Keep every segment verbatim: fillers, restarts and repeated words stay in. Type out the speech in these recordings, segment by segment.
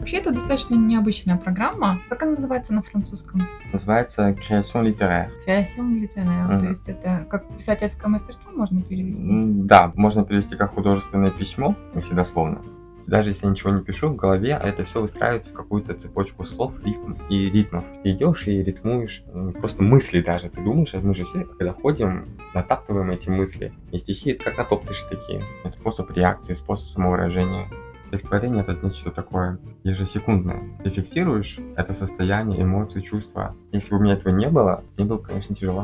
Вообще это достаточно необычная программа. Как она называется на французском? Называется création littéraire. Création littéraire. Мгм. То есть это как писательское мастерство можно перевести? М, Да, можно перевести как художественное письмо, если дословно. Даже если я ничего не пишу в голове, а это все выстраивается в какую-то цепочку слов, рифм и ритмов. Ты идешь и ритмуешь, м, просто мысли даже. Ты думаешь, а мы же все, когда ходим, натаптываем эти мысли. И стихи это как натоптыши такие. Это способ реакции, способ самовыражения. Стихотворение это нечто такое ежесекундное. Ты фиксируешь это состояние, эмоции, чувства. Если бы у меня этого не было, мне было, конечно, тяжело.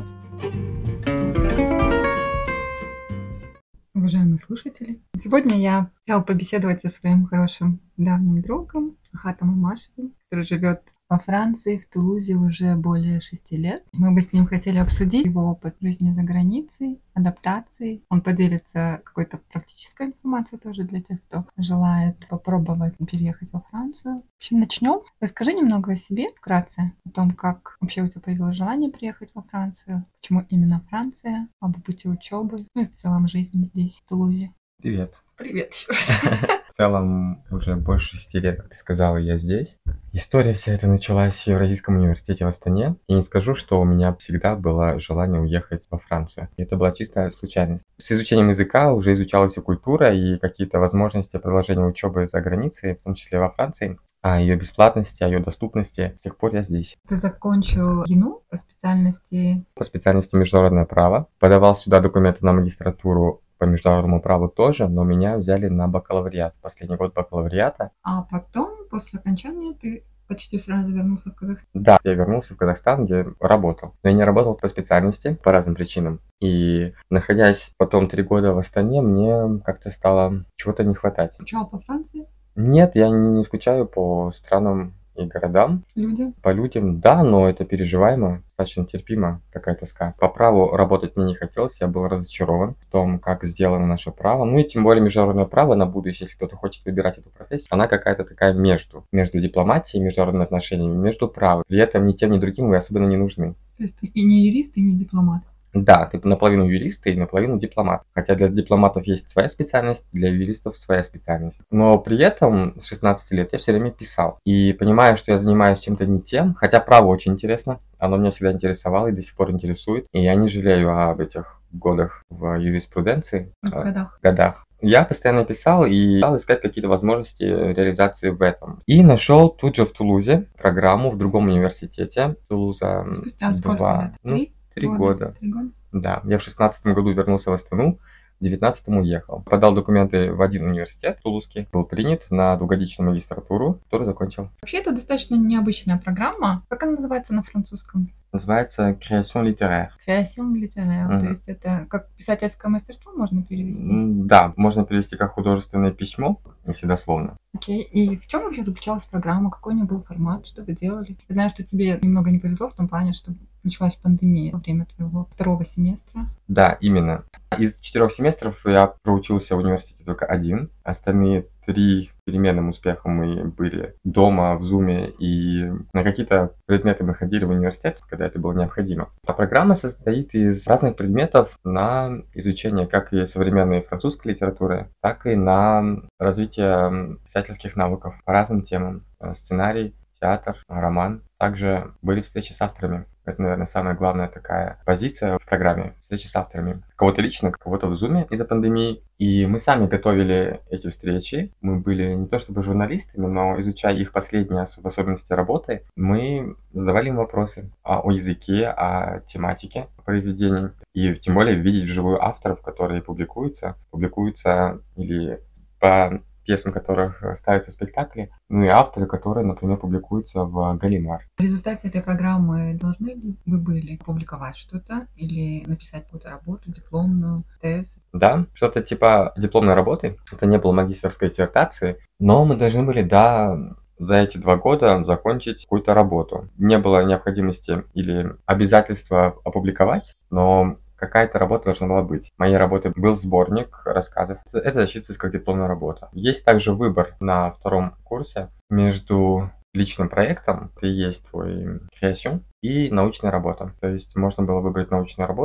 Уважаемые слушатели, сегодня я хотела побеседовать со своим хорошим давним другом Ахатом Амашевым, который живет во Франции, в Тулузе уже более шести лет. Мы бы с ним хотели обсудить его опыт жизни за границей, адаптации. Он поделится какой-то практической информацией тоже для тех, кто желает попробовать переехать во Францию. В общем, начнем. Расскажи немного о себе вкратце, о том, как вообще у тебя появилось желание приехать во Францию, почему именно Франция, об опыте учебы, ну и в целом жизни здесь, в Тулузе. Привет. Привет еще раз. В целом, уже больше шести лет, как ты сказала, я здесь. История вся эта началась в Евразийском университете в Астане. И не скажу, что у меня всегда было желание уехать во Францию. И это была чистая случайность. С изучением языка уже изучалась и культура, и какие-то возможности продолжения учебы за границей, в том числе во Франции. О ее бесплатности, о ее доступности. С тех пор я здесь. Ты закончил ЕНУ по специальности? По специальности международное право. Подавал сюда документы на магистратуру по международному праву тоже, но меня взяли на бакалавриат, последний год бакалавриата. А потом, после окончания, ты почти сразу вернулся в Казахстан? Да, я вернулся в Казахстан, где работал. Но я не работал по специальности, по разным причинам. И находясь потом три года в Астане, мне как-то стало чего-то не хватать. Скучал по Франции? Нет, я не скучаю по странам и городам. Людям? По людям, да, но это переживаемо, достаточно терпимо, такая тоска. По праву работать мне не хотелось, я был разочарован в том, как сделано наше право. Ну и тем более международное право на будущее, если кто-то хочет выбирать эту профессию, она какая-то такая между. Между дипломатией, международными отношениями, между правом. При этом ни тем, ни другим вы особенно не нужны. То есть ты и не юрист, и не дипломат? Да, ты наполовину юрист и наполовину дипломат. Хотя для дипломатов есть своя специальность, для юристов своя специальность. Но при этом с шестнадцати лет я все время писал. И понимая, что я занимаюсь чем-то не тем, хотя право очень интересно, оно меня всегда интересовало и до сих пор интересует. И я не жалею об этих годах в юриспруденции. В годах. годах. Я постоянно писал и стал искать какие-то возможности реализации в этом. И нашел тут же в Тулузе программу в другом университете. Тулуза Спустя сколько два. лет? Ну, Три? Три года. Три года? Да, я в шестнадцатом году вернулся в Астану, в девятнадцатом уехал. Подал документы в один университет, тулузский, был принят на двухгодичную магистратуру, которую закончил. Вообще это достаточно необычная программа. Как она называется на французском? Называется création littéraire. Création littéraire. Мгм. То есть это как писательское мастерство можно перевести? М, Да, можно перевести как художественное письмо, если дословно. Окей. И в чем вообще заключалась программа? Какой у нее был формат? Что вы делали? Я знаю, что тебе немного не повезло в том плане, что началась пандемия во время твоего второго семестра. Да, именно. Из четырех семестров я проучился в университете только один. Остальные три переменным успехом мы были дома, в зуме, и на какие-то предметы мы ходили в университет, когда это было необходимо. А программа состоит из разных предметов на изучение как и современной французской литературы, так и на развитие писательских навыков по разным темам. Сценарий, театр, роман. Также были встречи с авторами. Это, наверное, самая главная такая позиция в программе. Встречи с авторами. Кого-то лично, кого-то в зуме из-за пандемии. И мы сами готовили эти встречи. Мы были не то чтобы журналистами, но изучая их последние особенности работы, мы задавали им вопросы о, о языке, о тематике произведений. И тем более видеть вживую авторов, которые публикуются. Публикуются или по пьесам, которых ставятся спектакли, ну и авторы, которые, например, публикуются в Галимар. В результате этой программы должны ли вы были опубликовать что-то или написать какую-то работу, дипломную, тез? Да, что-то типа дипломной работы. Это не было магистерской диссертации, но мы должны были, да, за эти два года закончить какую-то работу. Не было необходимости или обязательства опубликовать, но какая-то работа должна была быть. Моей работой был сборник рассказов. Это засчитывается как дипломная работа. Есть также выбор на втором курсе между личным проектом, это и есть твой création, и научная работа. То есть можно было выбрать научную работу,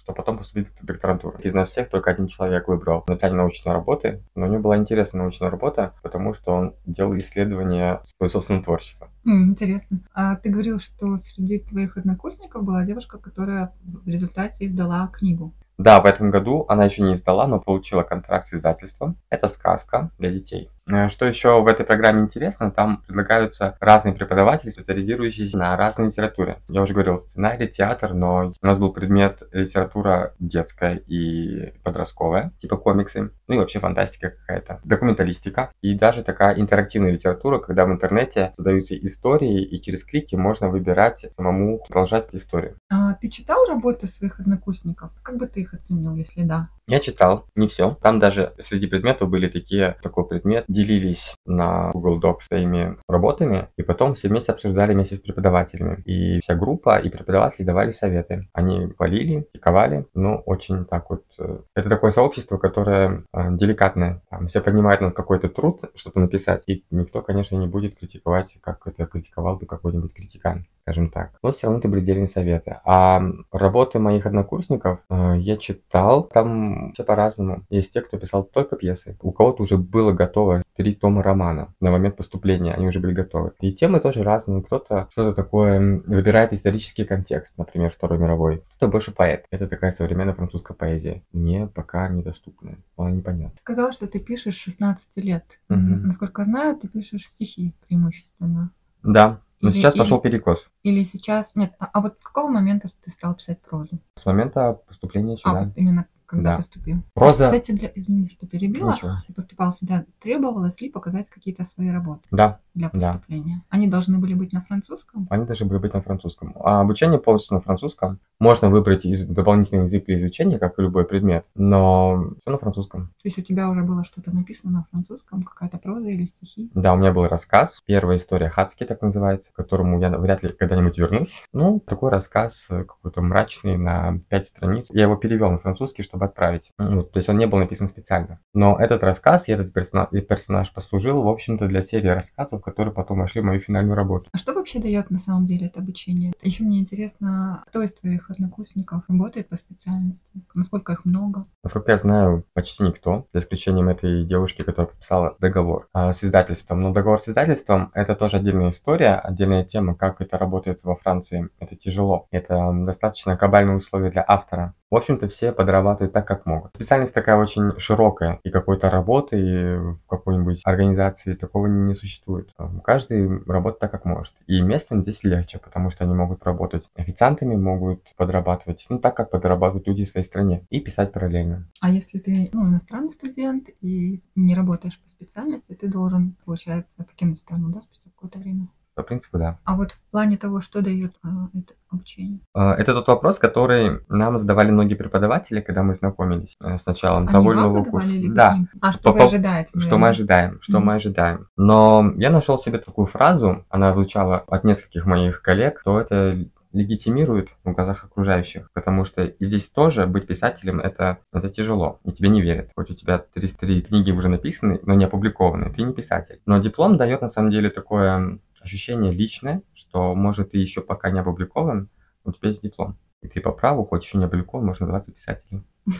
что потом поступить в докторантуру. Из нас всех только один человек выбрал написание научной работы, но у него была интересная научная работа, потому что он делал исследования своего собственного творчества. М, Интересно. А ты говорил, что среди твоих однокурсников была девушка, которая в результате издала книгу. Да, в этом году она еще не издала, но получила контракт с издательством. Это сказка для детей. Э, Что еще в этой программе интересно, там предлагаются разные преподаватели, специализирующиеся на разной литературе. Я уже говорил, сценарий, театр, но у нас был предмет литература детская и подростковая, типа комиксы, ну и вообще фантастика какая-то, документалистика и даже такая интерактивная литература, когда в интернете создаются истории и через клики можно выбирать самому продолжать историю. А ты читал работы своих однокурсников? Как бы ты их оценил, если да? Я читал, не все. Там даже среди предметов были такие, такой предмет, делились на Google Docs своими работами, и потом все вместе обсуждали вместе с преподавателями. И вся группа и преподаватели давали советы. Они хвалили, критиковали, но очень так вот... э, Это такое сообщество, которое э, деликатное. Там все поднимают на какой-то труд, что-то написать, и никто, конечно, не будет критиковать, как это критиковал бы какой-нибудь критикан, скажем так. Но все равно это были дельные советы. А работы моих однокурсников э, я читал, там все по-разному. Есть те, кто писал только пьесы. У кого-то уже было готово три тома романа на момент поступления, они уже были готовы. И темы тоже разные. Кто-то что-то такое м, выбирает исторический контекст, например, Второй мировой. Кто-то больше поэт. Это такая современная французская поэзия. Мне пока недоступная. Она непонятна. Ты сказал, что ты пишешь с шестнадцати лет. Мгм. Насколько знаю, ты пишешь стихи преимущественно. Да, но Или, сейчас или, пошел перекос. или сейчас... Нет, а, а вот с какого момента ты стал писать прозу? С момента поступления А, сюда. вот именно когда Да. поступил. Проза... Кстати, для... извини, что перебила. Ничего. Ты поступал сюда, требовалось ли показать какие-то свои работы Да, для да. поступления? Они должны были быть на французском? Они должны были быть на французском. А обучение полностью на французском. Можно выбрать из- дополнительный язык для изучения, как и любой предмет, но все на французском. То есть у тебя уже было что-то написано на французском, какая-то проза или стихи? Да, у меня был рассказ, первая история Хацки, так называется, к которому я вряд ли когда-нибудь вернусь. Ну, такой рассказ э, какой-то мрачный на пять страниц. Я его перевел на французский, чтобы отправить. Ну, то есть он не был написан специально. Но этот рассказ и этот персона- и персонаж послужил, в общем-то, для серии рассказов, которые потом вошли в мою финальную работу. А что вообще дает на самом деле это обучение? Еще мне интересно, кто из твоих однокурсников работает по специальности? Насколько их много? Насколько я знаю, почти никто, за исключением этой девушки, которая подписала договор а, с издательством. Но договор с издательством – это тоже отдельная история, отдельная тема, как это работает во Франции. Это тяжело. Это достаточно кабальные условия для автора. В общем-то, все подрабатывают так, как могут. Специальность такая очень широкая, и какой-то работы в какой-нибудь организации такого не существует. Каждый работает так, как может. И местным здесь легче, потому что они могут работать официантами, могут подрабатывать, ну, так, как подрабатывают люди в своей стране, и писать параллельно. А если ты ну, иностранный студент и не работаешь по специальности, ты должен, получается, покинуть страну, да, спустя какое-то время? По принципу, да. А вот в плане того, что дает а, это обучение? А, Это тот вопрос, который нам задавали многие преподаватели, когда мы знакомились э, с началом Они того или вам иного задавали курса. или вы Да, им? А что По- вы по- ожидаете? что мы наверное? ожидаем, что Мгм. мы ожидаем. Но я нашел себе такую фразу, она звучала от нескольких моих коллег, что это легитимирует в глазах окружающих, потому что и здесь тоже быть писателем это, это тяжело, и тебе не верят. Хоть у тебя тридцать три книги уже написаны, но не опубликованы, ты не писатель. Но диплом дает на самом деле такое ощущение личное, что может ты еще пока не опубликован, у тебя есть диплом. И ты по праву, хоть еще не опубликован, можешь называться писателем.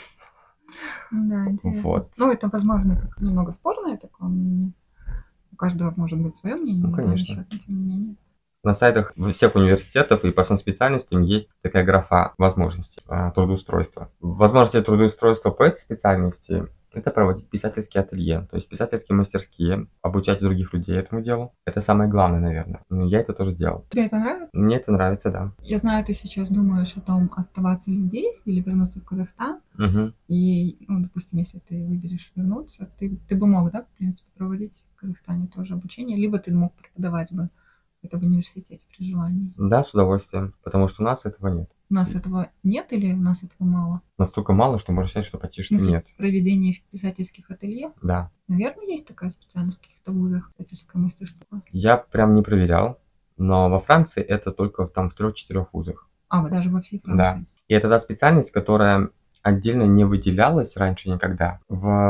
Да, интересно. Вот. Ну, это, возможно, как немного спорное такое мнение. У каждого может быть свое мнение Ну, на данный конечно. счет, но тем не менее. На сайтах всех университетов и по всем специальностям есть такая графа возможностей а, трудоустройства. Возможности трудоустройства по этой специальности – это проводить писательские ателье, то есть писательские мастерские, обучать других людей этому делу. Это самое главное, наверное. Но я это тоже делал. Тебе это нравится? Мне это нравится, да. Я знаю, ты сейчас думаешь о том, оставаться ли здесь или вернуться в Казахстан. Угу. И, ну, допустим, если ты выберешь вернуться, ты, ты бы мог, да, в принципе, проводить в Казахстане тоже обучение, либо ты мог преподавать бы это в университете при желании. Да, с удовольствием, потому что у нас этого нет. У нас этого нет или у нас этого мало? Настолько мало, что можно сказать, что почти В что смысле, нет. проведение писательских ателье? Да. Наверное, есть такая специальность в каких-то вузах, писательское мастерство. Я прям не проверял, но во Франции это только там в трех-четырех вузах. А, вы даже во всей Франции? И это та специальность, которая отдельно не выделялась раньше никогда в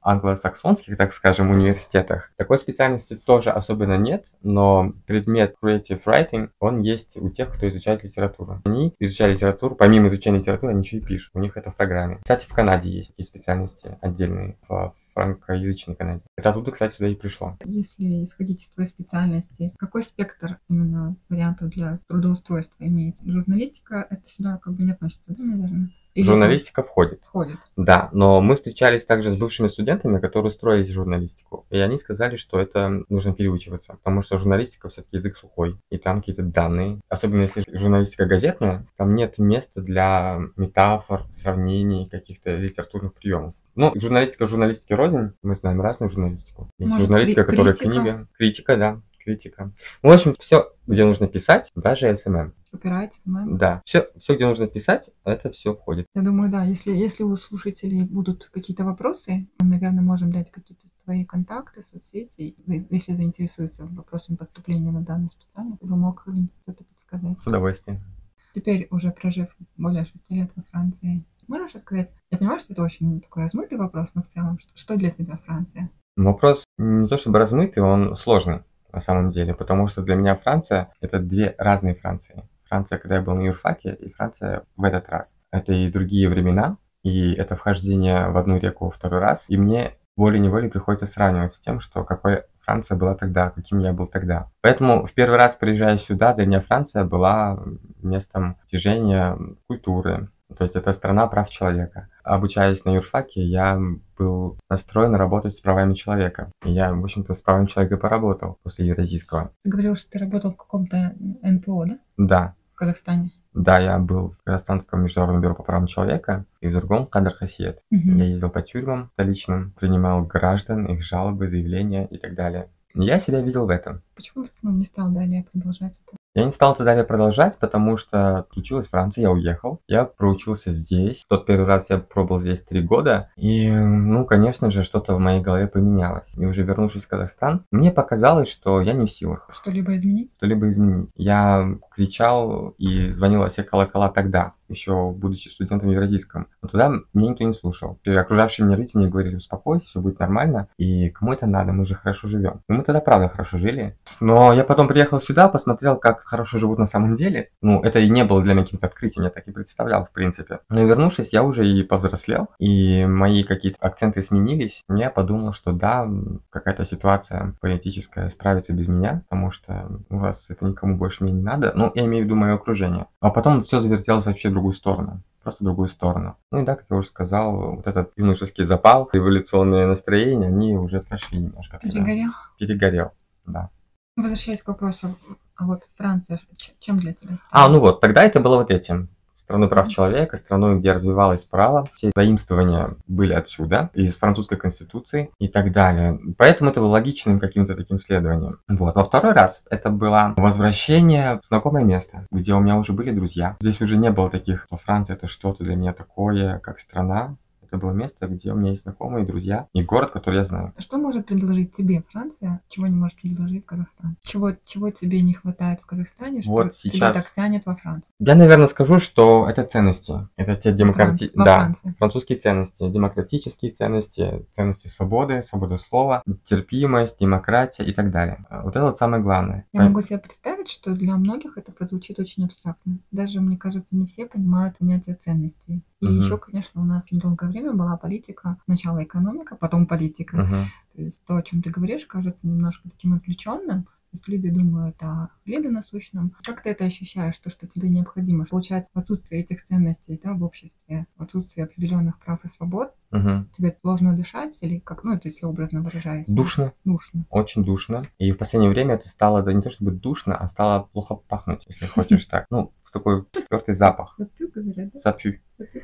англосаксонских, так скажем, университетах такой специальности тоже особенно нет, но предмет Creative Writing, он есть у тех, кто изучает литературу. Они изучают литературу, помимо изучения литературы, они еще и пишут. У них это в программе. Кстати, в Канаде есть такие специальности отдельные, в франкоязычной Канаде. Это оттуда, кстати, сюда и пришло. Если исходить из твоей специальности, какой спектр именно вариантов для трудоустройства имеется? Журналистика, это сюда как бы не относится, да, наверное? Или Журналистика входит. Входит. Да, но мы встречались также с бывшими студентами, которые устроились в журналистику. И они сказали, что это нужно переучиваться, потому что журналистика все-таки язык сухой, и там какие-то данные. Особенно если журналистика газетная, там нет места для метафор, сравнений, каких-то литературных приемов. Ну, журналистика журналистики рознь, мы знаем разную журналистику. Есть Может, журналистика, кри- которая критика? книга, критика, да, критика. Ну, в общем, все, где нужно писать, даже эс эм эм. Копирайтинг, да? Да, все, все, где нужно писать, это все входит. Я думаю, да, если, если у слушателей будут какие-то вопросы, мы, наверное, можем дать какие-то твои контакты, соцсети, если заинтересуются вопросами поступления на данную специальность, ты бы мог им что-то подсказать. С удовольствием. Теперь, уже прожив более шести лет во Франции, можешь рассказать, я понимаю, что это очень такой размытый вопрос, но в целом, что, что для тебя Франция? Вопрос не то чтобы размытый, он сложный на самом деле, потому что для меня Франция – это две разные Франции. Франция, когда я был на юрфаке, и Франция в этот раз. Это и другие времена, и это вхождение в одну реку во второй раз. И мне волей-неволей приходится сравнивать с тем, что какой Франция была тогда, каким я был тогда. Поэтому в первый раз, приезжая сюда, для меня Франция была местом движения культуры. То есть это страна прав человека. Обучаясь на юрфаке, я был настроен работать с правами человека. И я, в общем-то, с правами человека поработал после евразийского. Ты говорил, что ты работал в каком-то эн пэ о, да? Да. В Казахстане. Да, я был в Казахстанском международном бюро по правам человека и в другом Кадр Хасиет. Мгм. Я ездил по тюрьмам столичным, принимал граждан, их жалобы, заявления и так далее. И я себя видел в этом. Почему ты ну, не стал далее продолжать это? Я не стал это далее продолжать, потому что случилась Франция, я уехал. Я проучился здесь. В тот первый раз я пробовал здесь три года. И, ну, конечно же, что-то в моей голове поменялось. И уже вернувшись в Казахстан, мне показалось, что я не в силах Что-либо изменить? что-либо изменить. Я кричал и звонил во все колокола тогда, еще будучи студентом в Евразийском. Но туда меня никто не слушал. И окружавшие меня люди мне говорили: успокойся, все будет нормально. И кому это надо, мы же хорошо живем. И мы тогда правда хорошо жили. Но я потом приехал сюда, посмотрел, как хорошо живут на самом деле. Ну, это и не было для меня каким-то открытием, я так и представлял, в принципе. Но вернувшись, я уже и повзрослел, и мои какие-то акценты сменились. Я подумал, что да, какая-то ситуация политическая справится без меня, потому что у вас это никому больше мне не надо. Ну, я имею в виду мое окружение. А потом все завертелось вообще в другую сторону. Просто в другую сторону. Ну и да, как я уже сказал, вот этот юношеский запал, революционные настроения, они уже прошли немножко. тогда. Перегорел? Перегорел, да. Возвращаясь к вопросу, а вот Франция, ч- чем для тебя стала? А, ну вот, тогда это было вот этим. Страной прав человека, страной, где развивалось право. Все заимствования были отсюда, из французской конституции и так далее. Поэтому это было логичным каким-то таким следованием. Вот. Во второй раз это было возвращение в знакомое место, где у меня уже были друзья. Здесь уже не было таких, что Франция это что-то для меня такое, как страна. Это было место, где у меня есть знакомые, друзья и город, который я знаю. Что может предложить тебе Франция, чего не может предложить Казахстан? Чего, чего тебе не хватает в Казахстане, что Вот тебя сейчас- так тянет во Францию? Я, наверное, скажу, что это ценности. Это те демократи... Франции- во да, Франции. французские ценности, демократические ценности, ценности свободы, свободы слова, терпимость, демократия и так далее. Вот это вот самое главное. Я могу себе представить, что для многих это прозвучит очень абстрактно. Даже, мне кажется, не все понимают понятие ценностей. И Мгм. еще, конечно, у нас долгое время была политика. Сначала экономика, потом политика. Мгм. То есть то, о чем ты говоришь, кажется немножко таким отвлеченным. То есть люди думают о хлебе насущном. Как ты это ощущаешь, то, что тебе необходимо? Получается, в отсутствие этих ценностей, да, в обществе, в отсутствие определенных прав и свобод, Мгм. тебе сложно дышать или как, ну, это если образно выражаясь. Душно, Душно. очень душно. И в последнее время это стало, да не то чтобы душно, а стало плохо пахнуть, если хочешь так. Ну, в такой спёртый запах. Сапю, говорят, да? Сапю. Сапю.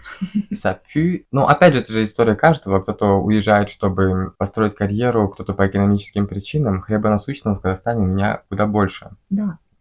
Сапю. Ну, опять же, это же история каждого. Кто-то уезжает, чтобы построить карьеру, кто-то по экономическим причинам. Хлеба насущного в Казахстане у меня куда больше. Да.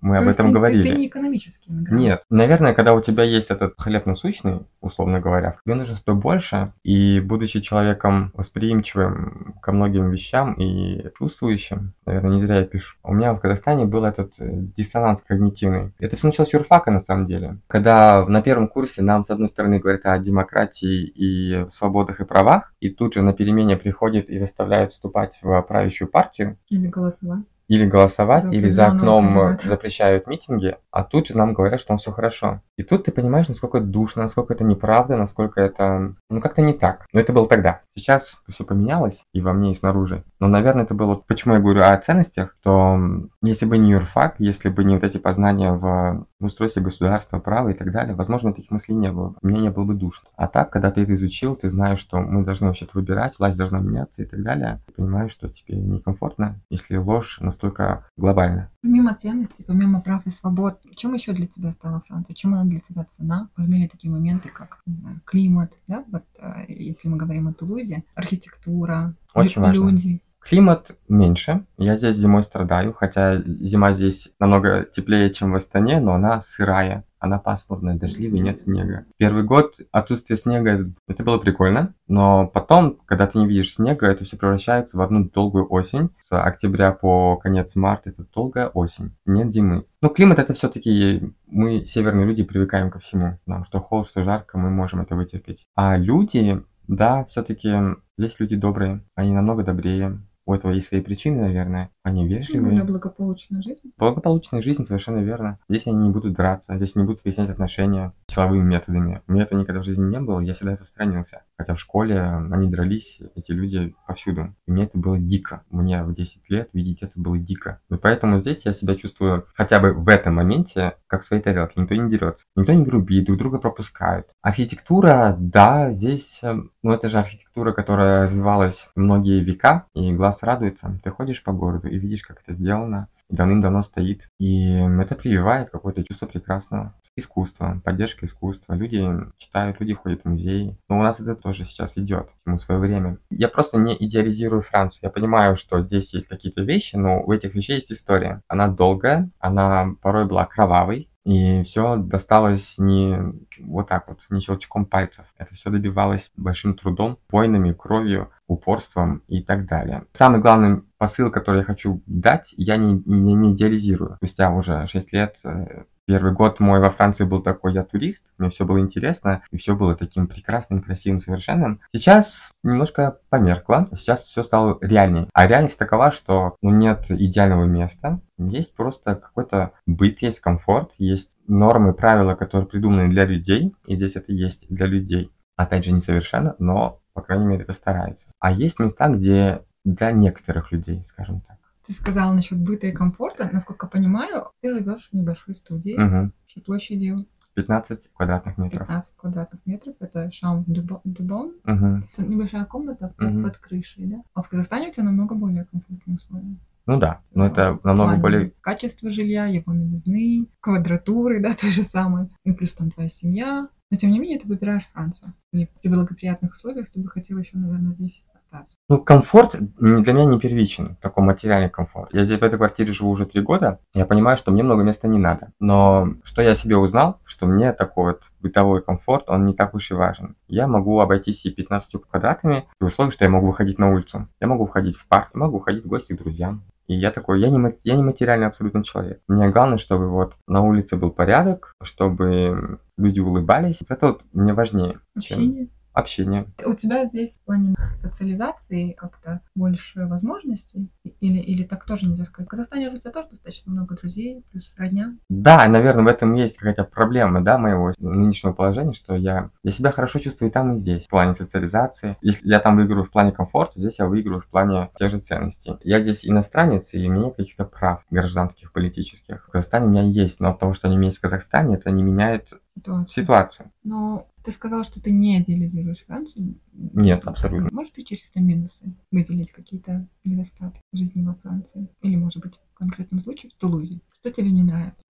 Мы То об есть этом ты, ты, ты говорили. не экономический иммигрант? Нет, наверное, когда у тебя есть этот хлеб насущный, условно говоря, тебе нужно что больше, и будучи человеком восприимчивым ко многим вещам и чувствующим, наверное, не зря я пишу, у меня в Казахстане был этот э, диссонанс когнитивный. Это все началось с юрфака, на самом деле. Когда на первом курсе нам, с одной стороны, говорят о демократии и свободах и правах, и тут же на перемене приходит и заставляет вступать в правящую партию, Или голосовать? или голосовать, За или за определенного окном кандидата. запрещают митинги, а тут же нам говорят, что там все хорошо. И тут ты понимаешь, насколько это душно, насколько это неправда, насколько это, ну, как-то не так. Но это было тогда. Сейчас все поменялось и во мне, и снаружи. Но, наверное, это было, почему я говорю о ценностях, что если бы не юрфак, если бы не вот эти познания в устройстве государства, права и так далее, возможно, таких мыслей не было. Мне не было бы душно. А так, когда ты это изучил, ты знаешь, что мы должны вообще-то выбирать, власть должна меняться и так далее, ты понимаешь, что тебе некомфортно, если ложь настолько глобальна. Помимо ценностей, помимо прав и свобод, чем еще для тебя стала Франция? Чем она для тебя цена? Важны ли такие моменты, как, не знаю, климат, да? Вот, э, если мы говорим о Тулузе, архитектура, Очень лю- важно. люди. Климат меньше. Я здесь зимой страдаю, хотя зима здесь намного теплее, чем в Астане, но она сырая, она пасмурная, дождливая, нет снега. Первый год отсутствие снега, это было прикольно, но потом, когда ты не видишь снега, это все превращается в одну долгую осень. С октября по конец марта это долгая осень, нет зимы. Но климат это все-таки мы, северные люди, привыкаем ко всему. Нам что холод, что жарко, мы можем это вытерпеть. А люди, да, все-таки здесь люди добрые, они намного добрее. У этого есть свои причины, наверное. Они Более вежливые. благополучная жизнь. Благополучная жизнь, совершенно верно. Здесь они не будут драться, здесь не будут выяснять отношения силовыми методами. У меня этого никогда в жизни не было, я всегда это сторонился. Хотя в школе они дрались, эти люди повсюду. И мне это было дико. Мне в десять лет видеть это было дико. И поэтому здесь я себя чувствую хотя бы в этом моменте, как в своей тарелке. Никто не дерется, никто не грубит, друг друга пропускают. Архитектура, да, здесь, ну это же архитектура, которая развивалась многие века, и глаз радуется. Ты ходишь по городу и видишь, как это сделано, и давным-давно стоит. И это прививает какое-то чувство прекрасного. Искусство, поддержка искусства. Люди читают, люди ходят в музеи. Но у нас это тоже сейчас идет, ему свое время. Я просто не идеализирую Францию. Я понимаю, что здесь есть какие-то вещи, но у этих вещей есть история. Она долгая, она порой была кровавой. И все досталось не вот так вот, не щелчком пальцев. Это все добивалось большим трудом, войнами, кровью, упорством и так далее. Самый главный посыл, который я хочу дать, я не, не, не идеализирую. Спустя уже шесть лет, первый год мой во Франции был такой, я турист, мне все было интересно, и все было таким прекрасным, красивым, совершенным. Сейчас немножко померкло, сейчас все стало реальнее. А реальность такова, что ну, нет идеального места, есть просто какой-то быт, есть комфорт, есть нормы, правила, которые придуманы для людей, и здесь это есть для людей. Опять же, несовершенно, но, по крайней мере, это старается. А есть места, где для некоторых людей, скажем так. Ты сказала насчет быта и комфорта. Насколько понимаю, ты живешь в небольшой студии, Угу. общей площадью пятнадцать квадратных метров. пятнадцать квадратных метров. Это Chambre de Bo- de Bonne. Угу. Это небольшая комната под, Мгм. под крышей, да? А в Казахстане у тебя намного более комфортные условия. Ну да, но это В намного плане более... качества жилья, его новизны, квадратуры, да, той же самой. И плюс там твоя семья. Но тем не менее ты выбираешь Францию. И при благоприятных условиях ты бы хотела еще, наверное, здесь остаться. Ну, комфорт м, для меня не первичен, такой материальный комфорт. Я здесь в этой квартире живу уже три года, я понимаю, что мне много места не надо. Но что я себе узнал, что мне такой вот бытовой комфорт, он не так уж и важен. Я могу обойтись и пятнадцатью квадратами, при условии, что я могу выходить на улицу. Я могу выходить в парк, я могу выходить в гости к друзьям. И я такой, я не, ма- я не материальный абсолютно человек. Мне главное, чтобы вот на улице был порядок, чтобы люди улыбались. Вот это вот мне важнее, чем Общение. общение. У тебя здесь в плане социализации как-то больше возможностей? Или, или так тоже нельзя сказать? В Казахстане же у тебя тоже достаточно много друзей, плюс родня. Да, наверное, в этом есть какая-то проблема, да, моего нынешнего положения, что я, я себя хорошо чувствую и там, и здесь, в плане социализации. Если я там выиграю в плане комфорта, здесь я выиграю в плане тех же ценностей. Я здесь иностранец, и у меня нет каких-то прав гражданских, политических. В Казахстане у меня есть, но от того, что они у меня есть в Казахстане, это не меняет Ситуация. ситуацию. Но ты сказал, что ты не идеализируешь Францию. Нет, абсолютно. Можешь перечислить минусы? Выделить какие-то недостатки жизни во Франции? Или, может быть, в конкретном случае в Тулузе? Что тебе не нравится?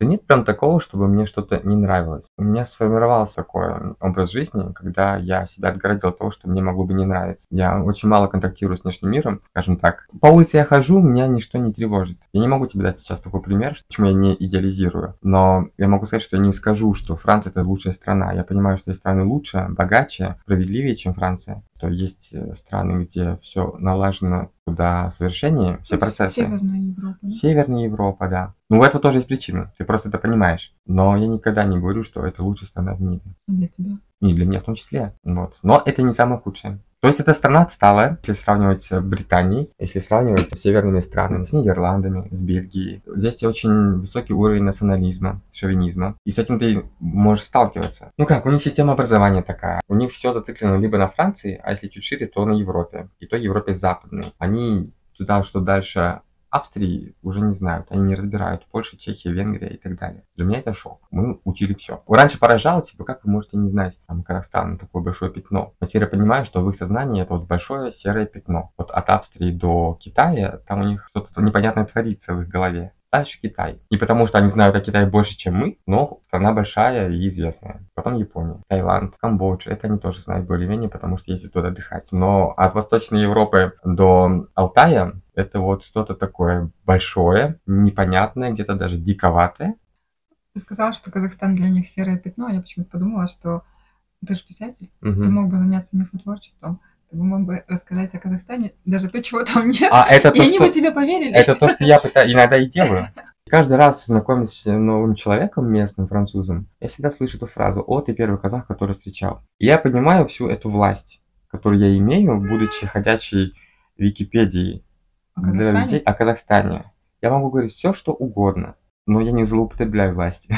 Да нет прям такого, чтобы мне что-то не нравилось. У меня сформировался такой образ жизни, когда я себя отгородил от того, что мне могло бы не нравиться. Я очень мало контактирую с внешним миром, скажем так. По улице я хожу, меня ничто не тревожит. Я не могу тебе дать сейчас такой пример, почему я не идеализирую. Но я могу сказать, что я не скажу, что Франция это лучшая страна. Я понимаю, что есть страны лучше, богаче, справедливее, чем Франция. То есть страны, где все налажено куда совершеннее, все Ну, процессы. Северная Европа, да? Северная Европа, да. Ну, в это тоже есть причина. Ты просто это понимаешь. Но я никогда не говорю, что это лучшая страна в мире. Для тебя. И для меня в том числе. Вот. Но это не самое худшее. То есть эта страна отсталая, если сравнивать с Британией, если сравнивать с северными странами, с Нидерландами, с Бельгией. Здесь очень высокий уровень национализма, шовинизма. И с этим ты можешь сталкиваться. Ну как, у них система образования такая. У них все зациклено либо на Франции, а если чуть шире, то на Европе. И то Европе западной. Они туда, что дальше Австрии уже не знают, они не разбирают Польша, Чехия, Венгрия и так далее. Для меня это шок. Мы учили все. Раньше поражало, типа, как вы можете не знать, там, Казахстан, такое большое пятно. Но теперь я понимаю, что в их сознании это вот большое серое пятно. Вот от Австрии до Китая, там у них что-то непонятное творится в их голове. Дальше Китай. Не потому, что они знают о Китае больше, чем мы, но страна большая и известная. Потом Япония, Таиланд, Камбоджа. Это они тоже знают более-менее, потому что ездят туда отдыхать. Но от Восточной Европы до Алтая это вот что-то такое большое, непонятное, где-то даже диковатое. Ты сказала, что Казахстан для них серое пятно. Я почему-то подумала, что ты же писатель, Мгм. ты мог бы заняться мифотворчеством. Ты бы мог бы рассказать о Казахстане, даже то, чего там нет. А это И то, они что... бы тебе поверили. Это то, что я пытаюсь, иногда и делаю. Каждый раз, знакомясь с новым человеком, местным французом, я всегда слышу эту фразу: «О, ты первый казах, который встречал». И я понимаю всю эту власть, которую я имею, будучи ходячей Википедией О для Казахстане? людей о Казахстане. Я могу говорить все, что угодно, но я не злоупотребляю властью.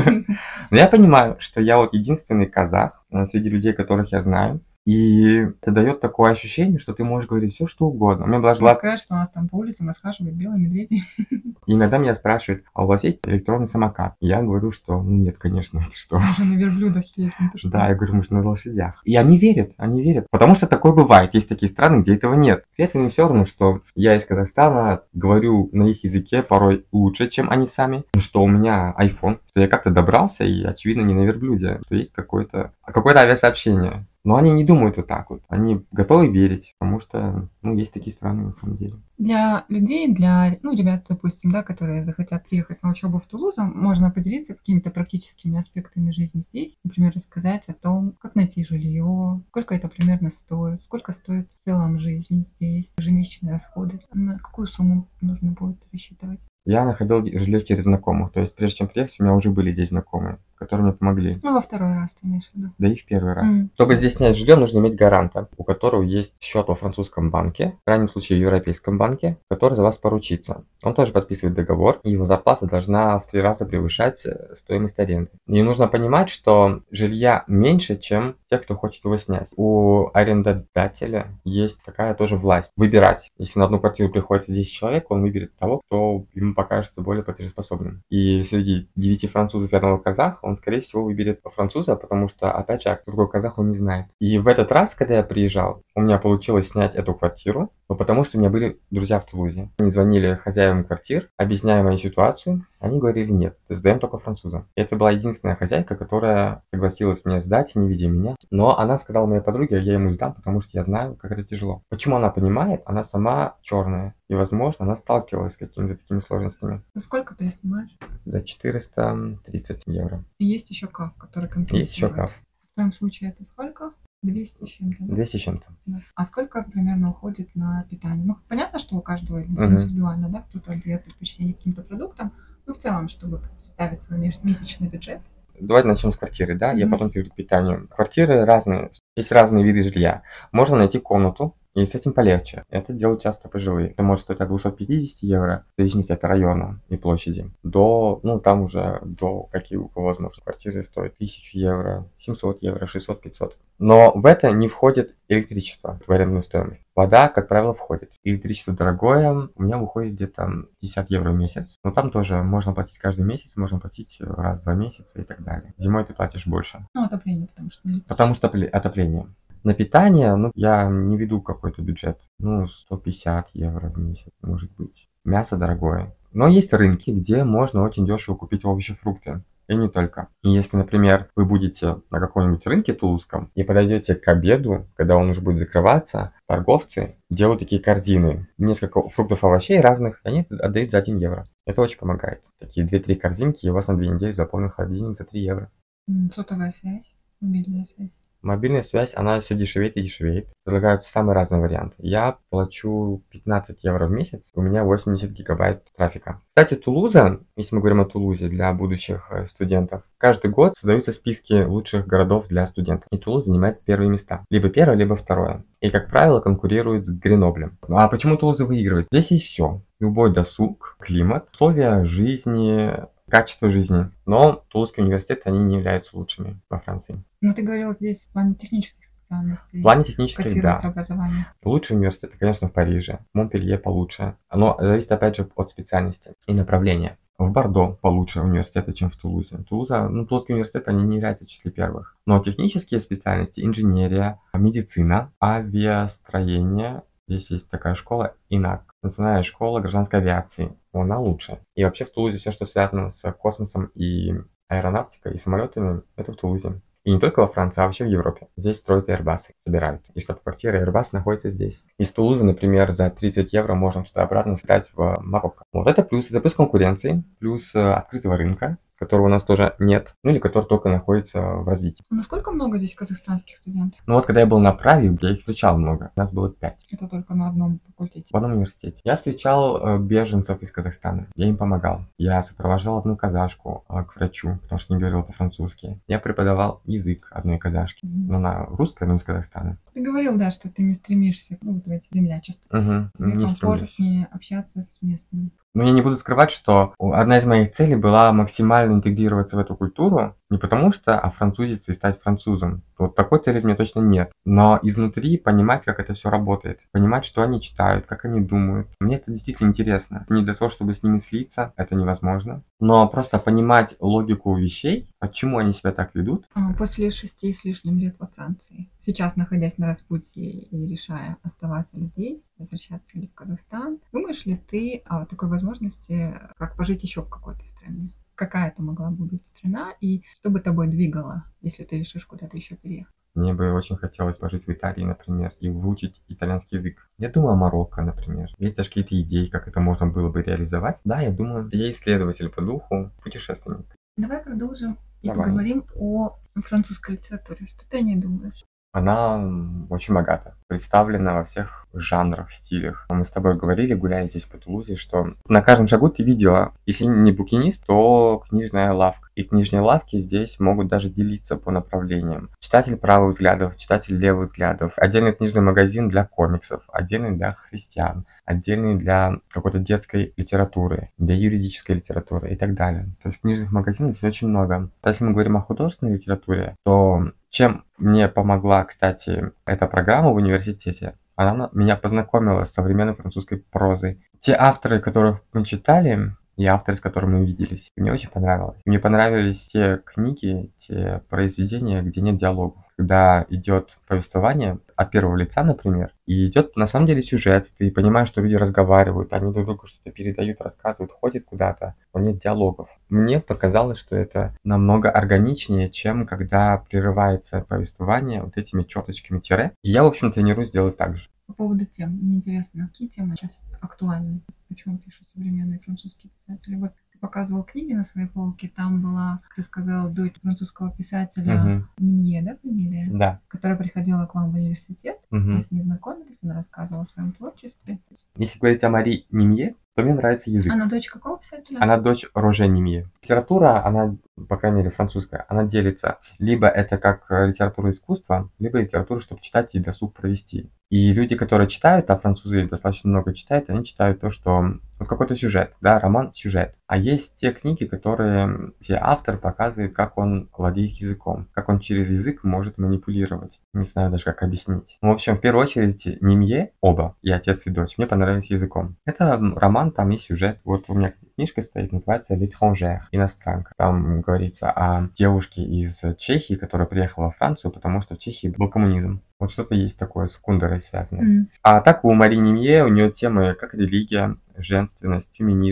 Но я понимаю, что я вот единственный казах э, среди людей, которых я знаю. И это дает такое ощущение, что ты можешь говорить все, что угодно. У меня была Можно была сказать, что у нас там по улицам расхаживают белые медведи. И иногда меня спрашивают: а у вас есть электронный самокат? Я говорю, что ну нет, конечно, это что? Мы же на верблюдах ездим, ты что? Да, я говорю, мы же на лошадях. И они верят, они верят. Потому что такое бывает. Есть такие страны, где этого нет. При этом им все равно, что я из Казахстана говорю на их языке порой лучше, чем они сами. Что у меня iPhone, что я как-то добрался и, очевидно, не на верблюде. Что есть какое-то какое-то авиасообщение. Но они не думают вот так вот. Они готовы верить, потому что, ну, есть такие страны на самом деле. Для людей, для, ну, ребят, допустим, да, которые захотят приехать на учебу в Тулузу, можно поделиться какими-то практическими аспектами жизни здесь. Например, рассказать о том, как найти жилье, сколько это примерно стоит, сколько стоит в целом жизнь здесь, ежемесячные расходы, на какую сумму нужно будет рассчитывать. Я находил жилье через знакомых. То есть, прежде чем приехать, у меня уже были здесь знакомые, которые мне помогли. Ну, во второй раз ты имеешь в виду. Да и в первый раз. М. Чтобы здесь снять жилье, нужно иметь гаранта, у которого есть счет во французском банке, в крайнем случае в европейском банке, который за вас поручится. Он тоже подписывает договор, и его зарплата должна в три раза превышать э, стоимость аренды. И нужно понимать, что жилья меньше, чем те, кто хочет его снять. У арендодателя есть такая тоже власть выбирать. Если на одну квартиру приходится десять человек, он выберет того, кто ему покажется более платежеспособным. И среди девяти французов и одного казаха он, скорее всего, выберет француза, потому что, опять же, а кто другой казах он не знает. И в этот раз, когда я приезжал, у меня получилось снять эту квартиру, но потому что у меня были друзья в Тулузе. Они звонили хозяевам квартир, объясняя мою ситуацию. Они говорили: нет, сдаем только француза. И это была единственная хозяйка, которая согласилась мне сдать, не видя меня. Но она сказала моей подруге: я ему сдам, потому что я знаю, как это тяжело. Почему она понимает? Она сама черная. И, возможно, она сталкивалась с какими-то такими сложностями. За сколько ты снимаешь? За четыреста тридцать евро. И есть еще КАФ, который компенсирует. Есть еще каф. В твоем случае это сколько? двести с чем-то, да? двести с чем-то. Да. А сколько примерно уходит на питание? Ну, понятно, что у каждого Мгм. индивидуально, да, кто-то отдает предпочтение каким-то продуктам, но в целом, чтобы ставить свой меш- месячный бюджет. Давайте начнем с квартиры, да? Я Мгм. потом перейду к питанию. Квартиры разные. Есть разные виды жилья. Можно найти комнату, и с этим полегче. Это делают часто пожилые. Это может стоить от двухсот пятидесяти евро, в зависимости от района и площади, до, ну, там уже до какие у кого возможно. Квартиры стоят тысячу евро, семьсот евро, шестьсот, пятьсот. Но в это не входит электричество в арендную стоимость. Вода, как правило, входит. Электричество дорогое, у меня выходит где-то пятьдесят евро в месяц. Но там тоже можно платить каждый месяц, можно платить раз в два месяца и так далее. Зимой ты платишь больше. Ну, отопление, потому что... на Потому что опле- отопление. На питание, ну, я не веду какой-то бюджет. Ну, сто пятьдесят евро в месяц, может быть. Мясо дорогое. Но есть рынки, где можно очень дешево купить овощи, фрукты. И не только. И если, например, вы будете на каком-нибудь рынке тулузском и подойдете к обеду, когда он уже будет закрываться, торговцы делают такие корзины. Несколько фруктов, овощей разных, и они отдают за один евро. Это очень помогает. Такие две-три корзинки, и у вас на две недели заполнен холодильник за три евро. М, Сотовая связь, мобильная связь. Мобильная связь, она все дешевеет и дешевеет. Предлагаются самые разные варианты. Я плачу пятнадцать евро в месяц, у меня восемьдесят гигабайт трафика. Кстати, Тулуза, если мы говорим о Тулузе для будущих э, студентов, каждый год создаются списки лучших городов для студентов. И Тулуз занимает первые места. Либо первое, либо второе. И, как правило, конкурирует с Греноблем. Ну, а почему Тулуза выигрывает? Здесь есть все. Любой досуг, климат, условия жизни, качество жизни. Но Тулузские университеты, они не являются лучшими во Франции. Но ты говорил, здесь в плане технических В специальностей плане технических, котируется да. образование. Лучшие университеты, конечно, в Париже. Монпелье получше. Оно зависит, опять же, от специальности и направления. В Бордо получше университеты, чем в Тулузе. Тулуза, ну, Тулузские университеты, они не являются в числе первых. Но технические специальности, инженерия, медицина, авиастроение, здесь есть такая школа, ИНАК, Национальная школа гражданской авиации, она лучше. И вообще в Тулузе все, что связано с космосом и аэронавтикой, и самолетами, это в Тулузе. И не только во Франции, а вообще в Европе. Здесь строят Airbus, собирают. И штаб-квартира Airbus находится здесь. Из Тулузы, например, за тридцать евро можно туда-обратно слетать в Марокко. Вот это плюс. Это плюс конкуренции, плюс э, открытого рынка, которого у нас тоже нет, ну или который только находится в развитии. Насколько много здесь казахстанских студентов? Ну вот когда я был на праве, я их встречал много. Нас было пять. Это только на одном факультете. В одном университете. Я встречал э, беженцев из Казахстана. Я им помогал. Я сопровождал одну казашку э, к врачу, потому что не говорила по-французски. Я преподавал язык одной казашки. Мгм. Но она русская, но из Казахстана. Ты говорил, да, что ты не стремишься ну, вот в эти землячества. Угу, Тебе не стремлюсь. комфортнее общаться с местными. Но я не буду скрывать, что одна из моих целей была максимально интегрироваться в эту культуру. Не потому что офранцузиться и стать французом. Вот такой цели у меня точно нет. Но изнутри понимать, как это все работает. Понимать, что они читают, как они думают. Мне это действительно интересно. Не для того, чтобы с ними слиться, это невозможно. Но просто понимать логику вещей, почему они себя так ведут. А, После шести с лишним лет во Франции, сейчас находясь на распутье и решая, оставаться ли здесь, возвращаться ли в Казахстан, думаешь ли ты о такой возможности, как пожить еще в какой-то стране? Какая это могла бы быть страна и что бы тобой двигало, если ты решишь куда-то еще переехать? Мне бы очень хотелось пожить в Италии, например, и выучить итальянский язык. Я думаю о Марокко, например. Есть даже какие-то идеи, как это можно было бы реализовать. Да, я думаю, я исследователь по духу, путешественник. Давай продолжим и Давай. поговорим о французской литературе. Что ты о ней думаешь? Она м, очень богата, представлена во всех жанрах, стилях. Мы с тобой говорили, гуляя здесь по Тулузе, что на каждом шагу ты видела, если не букинист, то книжная лавка. И книжные лавки здесь могут даже делиться по направлениям. Читатель правых взглядов, читатель левых взглядов. Отдельный книжный магазин для комиксов, отдельный для христиан, отдельный для какой-то детской литературы, для юридической литературы и так далее. То есть книжных магазинов здесь очень много. Если мы говорим о художественной литературе, то чем мне помогла, кстати, эта программа в университете, она меня познакомила с современной французской прозой. Те авторы, которых мы читали, и авторы, с которыми мы виделись, мне очень понравилось. Мне понравились те книги, те произведения, где нет диалогов. Когда идет повествование от первого лица, например, и идет на самом деле сюжет, ты понимаешь, что люди разговаривают, они друг другу что-то передают, рассказывают, ходят куда-то, но нет диалогов. Мне показалось, что это намного органичнее, чем когда прерывается повествование вот этими черточками тире. И я, в общем, тренируюсь делать так же. По поводу тем, мне интересно, какие темы сейчас актуальны? Почему пишут современные французские писатели? Вот ты показывал книги на своей полке, там была, как ты сказал, дочь французского писателя Мгм. Нимье, да, фамилия? Да. Которая приходила к вам в университет, Мгм. мы с ней знакомились, она рассказывала о своем творчестве. Если говорить о Мари Нимье, то мне нравится язык. Она дочь какого писателя? Она дочь Роже Нимье. Литература, она, по крайней мере, французская, она делится. Либо это как э, литература искусства, либо литература, чтобы читать и досуг провести. И люди, которые читают, а французы достаточно много читают, они читают то, что вот какой-то сюжет, да, роман, сюжет. А есть те книги, которые те автор показывает, как он владеет языком, как он через язык может манипулировать. Не знаю даже, как объяснить. Ну, в общем, в первую очередь, Нимье, оба, и отец, и дочь, мне понравились языком. Это м, роман, там есть сюжет. Вот у меня книжка стоит, называется «L'étrangère», иностранка. Там говорится о девушке из Чехии, которая приехала во Францию, потому что в Чехии был коммунизм. Вот что-то есть такое с Кундерой связанное. М. А так у Мари Нимье, у нее темы как религия, женственность, феминизм,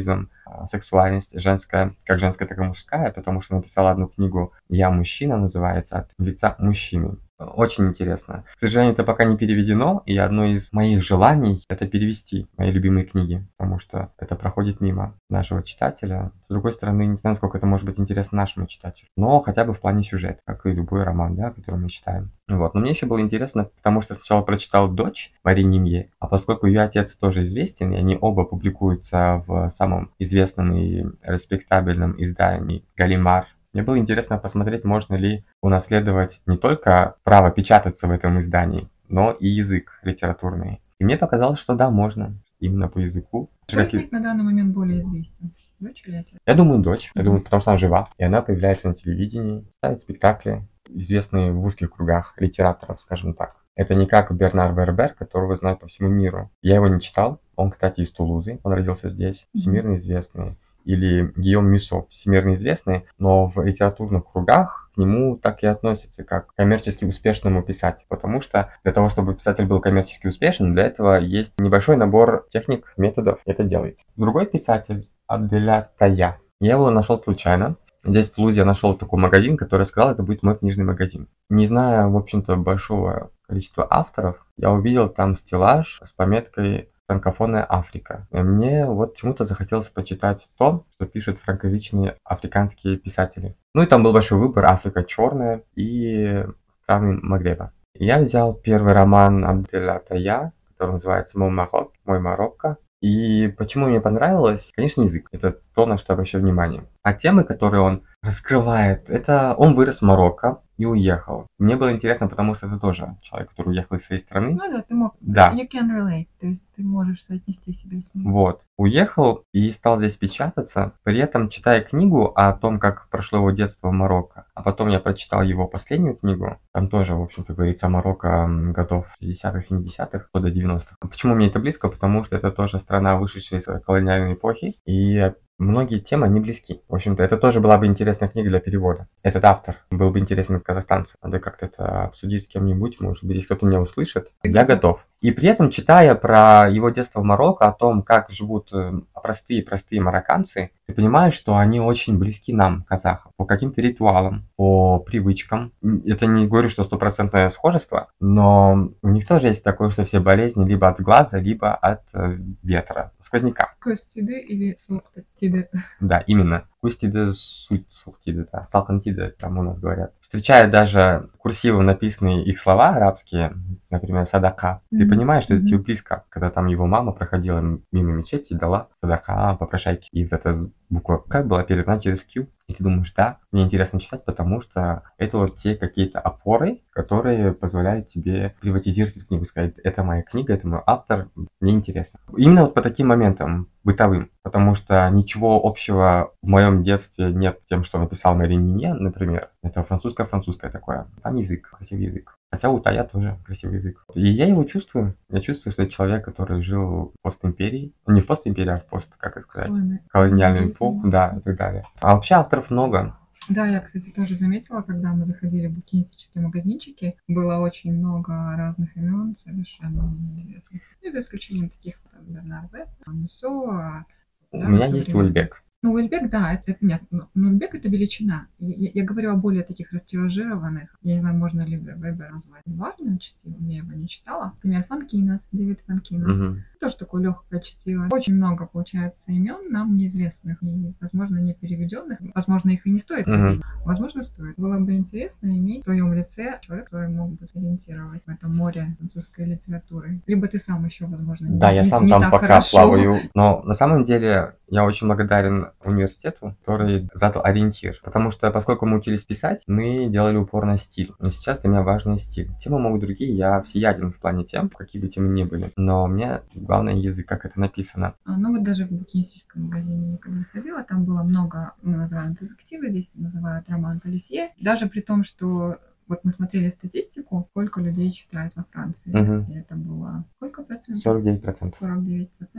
а, сексуальность женская, как женская, так и мужская, потому что написала одну книгу «Я мужчина», называется, от лица мужчины. Очень интересно. К сожалению, это пока не переведено, и одно из моих желаний — это перевести мои любимые книги, потому что это проходит мимо нашего читателя. С другой стороны, не знаю, насколько это может быть интересно нашему читателю, но хотя бы в плане сюжета, как и любой роман, да, который мы читаем. Вот. Но мне еще было интересно, потому что сначала прочитал «Дочь» Мари Нинье, а поскольку ее отец тоже известен, и они оба публикуются в самом известном и респектабельном издании «Галимар», мне было интересно посмотреть, можно ли унаследовать не только право печататься в этом издании, но и язык литературный. И мне показалось, что да, можно, именно по языку. Кто из них на данный момент более известен? Дочь или отец? Я думаю, дочь. Я думаю, потому что она жива, и она появляется на телевидении, ставит спектакли, известные в узких кругах литераторов, скажем так. Это не как Бернар Вербер, которого знают по всему миру. Я его не читал. Он, кстати, из Тулузы, он родился здесь, всемирно известный. Или Гийом Мюсо, всемирно известный, но в литературных кругах к нему так и относятся, как к коммерчески успешному писателю. Потому что для того, чтобы писатель был коммерчески успешен, для этого есть небольшой набор техник, методов, это делается. Другой писатель, Абделя Тая, я его нашел случайно. Здесь в Тулузе я нашел такой магазин, который сказал, это будет мой книжный магазин. Не зная, в общем-то, большого количества авторов, я увидел там стеллаж с пометкой «Франкофонная Африка». И мне вот почему-то захотелось почитать то, что пишут франкоязычные африканские писатели. Ну и там был большой выбор: Африка черная и страны Магреба. Я взял первый роман Абделя Тая, который называется «Мой Марок», «Мой Марокко». И почему мне понравилось? Конечно, язык. Это то, на что обращаю внимание. А темы, которые он раскрывает, это он вырос в Марокко и уехал. Мне было интересно, потому что это тоже человек, который уехал из своей страны. Ну да, ты мог. Да. You can relate, то есть ты можешь соотнести себя с ним. Вот. Уехал и стал здесь печататься, при этом читая книгу о том, как прошло его детство в Марокко. А потом я прочитал его последнюю книгу. Там тоже, в общем-то, говорится о Марокко годов шестидесятых, семидесятых, года девяностых. Почему мне это близко? Потому что это тоже страна, вышедшая из колониальной эпохи. И многие темы не близки. В общем-то, это тоже была бы интересная книга для перевода. Этот автор был бы интересен казахстанцу. Надо как-то это обсудить с кем-нибудь. Может быть, если кто-то меня услышит, я готов. И при этом, читая про его детство в Марокко, о том, как живут простые-простые марокканцы, ты понимаешь, что они очень близки нам, казахам, по каким-то ритуалам, по привычкам. Это не говорю, что стопроцентное схожество, но у них тоже есть такое, что все болезни либо от сглаза, либо от ветра, сквозняка. Костиды или суртатиды? Да, именно. Кустиды, суртиды, да. Салкантиды, там у нас говорят. Встречая даже курсивом написанные их слова арабские, например, садака, mm-hmm. ты понимаешь, что mm-hmm. это тебе близко. Когда там его мама проходила мимо мечети и дала садака, попрошайки. И вот эта буква «К» была передана через «Q». И ты думаешь, да, мне интересно читать, потому что это вот те какие-то опоры, которые позволяют тебе приватизировать эту книгу, сказать, это моя книга, это мой автор, мне интересно. Именно вот по таким моментам, бытовым, потому что ничего общего в моем детстве нет с тем, что написал Мари Нинье, например. Это французское-французское такое. Там язык, красивый язык. Хотя у Тая тоже красивый язык. И я его чувствую. Я чувствую, что это человек, который жил в постимперии. Не в постимперии, а в пост, как это сказать, колониальную эпоху, да, и так далее. А вообще авторов много. Да, я, кстати, тоже заметила, когда мы заходили в букинистические магазинчики, было очень много разных имен, совершенно неизвестных. Ну, за исключением таких, как Бернар Вербер, Мюсо. У да, меня есть Уэльбек. Ну, Уэльбек, да, это, это нет, но Уэльбек это величина. Я, я говорю о более таких растиражированных. Я не знаю, можно ли Вебер назвать важным чтивом, я его не читала. Например, Фанкинос, Дэвид Фанкинос. Угу. Тоже такое легкое чтиво. Очень много, получается, имен нам неизвестных и, возможно, не переведенных. Возможно, их и не стоит вводить. Угу. Возможно, стоит. Было бы интересно иметь в твоем лице человека, который мог бы сориентировать в этом море французской литературы. Либо ты сам еще, возможно, не Да, я не, сам не там так пока хорошо. плаваю. Но на самом деле я очень благодарен университету, который задал ориентир. Потому что, поскольку мы учились писать, мы делали упор на стиль. И сейчас для меня важный стиль. Темы могут другие, я всеяден в плане тем, какие бы темы ни были. Но мне главное язык, как это написано. А, ну вот даже в букинистическом магазине, когда заходила, там было много, мы называем детективы, здесь называют роман полисье. Даже при том, что вот мы смотрели статистику, сколько людей читают во Франции. Uh-huh. И это было сколько процентов? сорок девять процентов. сорок девять процентов.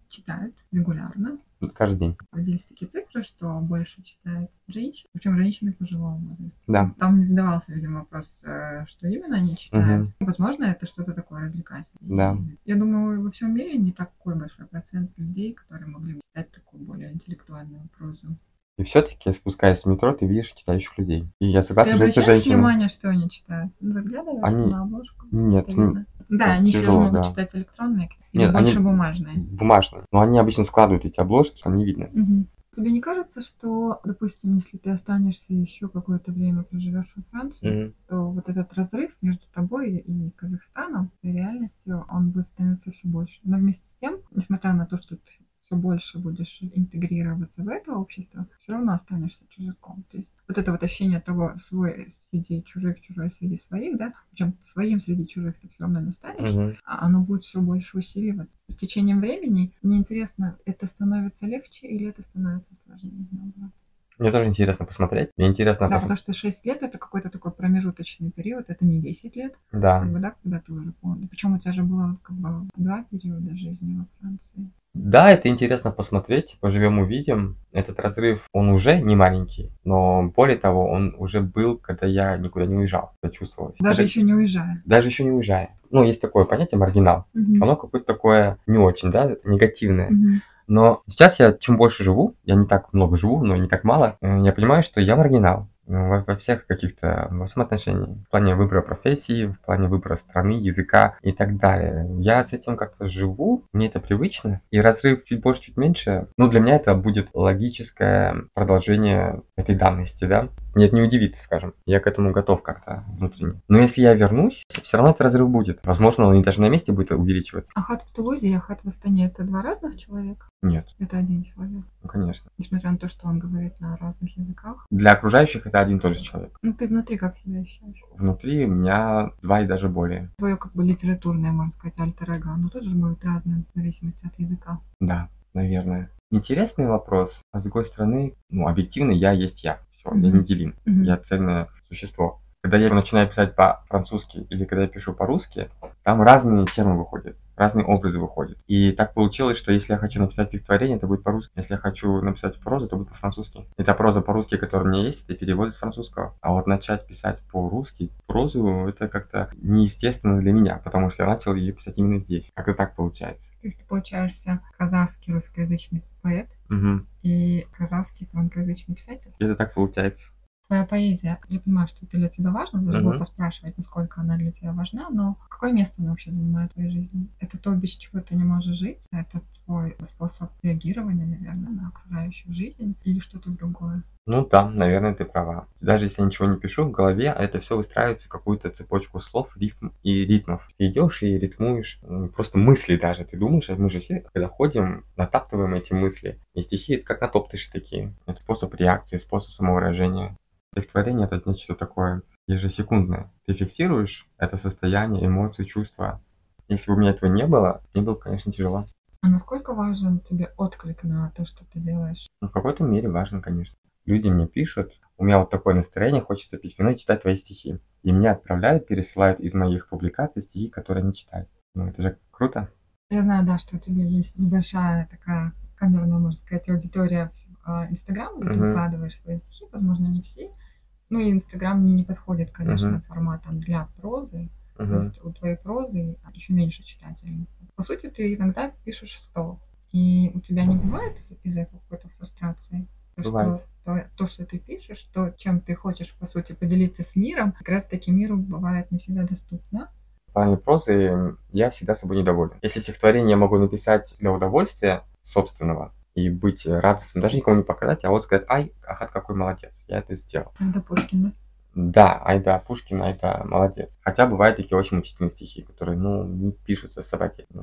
читают регулярно. Каждый день. Родились такие цифры, что больше читают женщин, причем женщины пожилого возраста. Да. Там не задавался, видимо, вопрос, э, что именно они читают. Мгм. Возможно, это что-то такое развлекательное. Да. Я думаю, во всем мире не такой большой процент людей, которые могли бы читать такую более интеллектуальную прозу. И все-таки, спускаясь в метро, ты видишь читающих людей. И я Ты согласен, что эти обращаешь женщины... внимание, что они читают? Заглядываешь Они- на обложку? Нет, это видно? Да, это они еще же тяжело, могут да. читать электронные книги или Нет, больше они- бумажные. Бумажные. Но они обычно складывают эти обложки, там не видно. Мгм. Тебе не кажется, что, допустим, если ты останешься еще какое-то время проживешь во Франции, Мгм. то вот этот разрыв между тобой и Казахстаном, и реальностью, он будет становиться все больше. Но вместе с тем, несмотря на то, что ты все больше будешь интегрироваться в это общество, все равно останешься чужаком. То есть вот это вот ощущение того, свой среди чужих, чужой среди своих, да, причем своим среди чужих ты все равно не станешь, Мгм. а оно будет все больше усиливаться. С течением времени, мне интересно, это становится легче или это становится сложнее? наоборот? Мне тоже интересно посмотреть. Мне интересно Да, пос- потому что шесть лет это какой-то такой промежуточный период, это не десять лет, Да. как бы, да, когда ты уже понял. Причем у тебя же было как бы два периода жизни во Франции. Да, это интересно посмотреть. Поживем, увидим. Этот разрыв, он уже не маленький, но более того, он уже был, когда я никуда не уезжал. Это чувствовалось. Даже Это- еще не уезжая. Даже еще не уезжая. Ну, есть такое понятие маргинал. Мгм. Оно какое-то такое не очень, да, негативное. Мгм. Но сейчас я чем больше живу, я не так много живу, но и не так мало, э, я понимаю, что я маргинал. Ну, Во, во всех каких-то, во всем отношении. В плане выбора профессии, в плане выбора страны, языка и так далее. Я с этим как-то живу, мне это привычно. И разрыв чуть больше, чуть меньше, ну, для меня это будет логическое продолжение этой данности, да. Меня это не удивит, скажем. Я к этому готов как-то внутренне. Но если я вернусь, все равно этот разрыв будет. Возможно, он и даже на месте будет увеличиваться. Ахат в Тулузе и Ахат в Астане это два разных человека? Нет, Это один человек. ну, конечно. Несмотря на то, что он говорит на разных языках. Для окружающих это один и тот же человек. Ну, ты внутри как себя ощущаешь? Внутри у меня два и даже более. Твое как бы литературное, можно сказать, альтер-эго, оно тоже будет разным в зависимости от языка. Да, наверное. Интересный вопрос. А с другой стороны, ну, объективно я есть я. Все, я Мгм. не делим. Мгм. Я цельное существо. Когда я начинаю писать по-французски или когда я пишу по-русски, там разные темы выходят, разные образы выходят. И так получилось, что если я хочу написать стихотворение, это будет по-русски. Если я хочу написать прозу, это будет по-французски. И та проза по-русски, которая у меня есть, это перевод из французского. А вот начать писать по-русски прозу, это как-то неестественно для меня, потому что я начал ее писать именно здесь. Как-то так получается. То есть ты получаешься казахский русскоязычный поэт Угу. и казахский франкоязычный писатель. Это так получается. Твоя поэзия, я понимаю, что это для тебя важно, даже Мгм. было поспрашивать, насколько она для тебя важна, но какое место она вообще занимает в твоей жизни? Это то, без чего ты не можешь жить? Это твой способ реагирования, наверное, на окружающую жизнь или что-то другое? Ну да, наверное, ты права. Даже если я ничего не пишу в голове, а это все выстраивается в какую-то цепочку слов, рифм и ритмов. Ты идешь и ритмуешь, м, просто мысли даже. Ты думаешь, а мы же все, когда ходим, натаптываем эти мысли. И стихи это как натоптыши такие. Это способ реакции, способ самовыражения. Стихотворение это нечто такое ежесекундное. Ты фиксируешь это состояние, эмоции, чувства. Если бы у меня этого не было, мне было бы, конечно, тяжело. А насколько важен тебе отклик на то, что ты делаешь? Ну, в какой-то мере важно, конечно. Люди мне пишут, у меня вот такое настроение, хочется пить вино и читать твои стихи. И мне отправляют, пересылают из моих публикаций стихи, которые они читают. Ну, это же круто. Я знаю, да, что у тебя есть небольшая такая камерная, можно сказать, аудитория в а, Инстаграм, где ты Мгм. выкладываешь свои стихи, возможно, не все. Ну и Инстаграм мне не подходит, конечно, Мгм. форматом для прозы. То Мгм. есть у твоей прозы еще меньше читателей. По сути, ты иногда пишешь сто. И у тебя не бывает из- из-за этого какой-то фрустрации? То, что, Бывает. то, то, что ты пишешь, то, чем ты хочешь, по сути, поделиться с миром, как раз таки миру бывает не всегда доступно. В плане прозы м, я всегда собой недоволен. Если стихотворение я могу написать для удовольствия собственного и быть э, радостным, даже никому не показать, а вот сказать, ай, Ахат какой молодец, я это сделал. Это Пушкин, да? Да, айда Пушкин, айда молодец. Хотя бывают такие очень мучительные стихи, которые, ну, не пишутся собаки. Ну.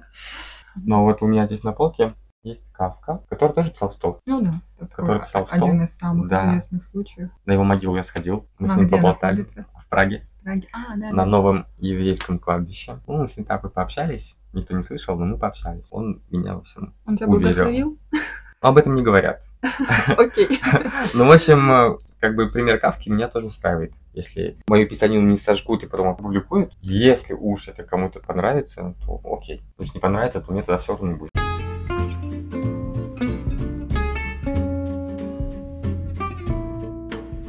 Но вот у меня здесь на полке есть Кафка, который тоже писал в стол. Ну да, это такой Который писал в один стол. из самых Да. известных случаев. На его могилу я сходил, мы с А ним где поболтали находится? в Праге, В Праге. А, да, на да. новом еврейском кладбище. Ну, мы с ним так вот пообщались, никто не слышал, но мы пообщались. Он меня во всем Он тебя уверил. благословил? Об этом не говорят. Окей. Ну, в общем, э, как бы пример Кафки меня тоже устраивает. Если мою писанину не сожгут и потом опубликуют, если уж это кому-то понравится, то окей. Если не понравится, то мне тогда все равно не будет.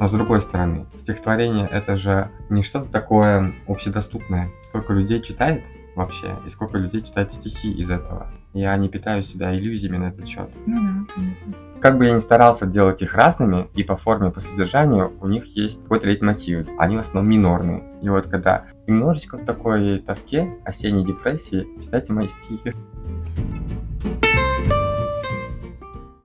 Но с другой стороны, стихотворение — это же не что-то такое общедоступное. Сколько людей читает вообще, и сколько людей читает стихи из этого. Я не питаю себя иллюзиями на этот счет. Ну да, конечно. Как бы я ни старался делать их разными, и по форме, и по содержанию, у них есть какой-то лейтмотив. Они в основном минорные. И вот когда немножечко в такой тоске, осенней депрессии, читайте мои стихи.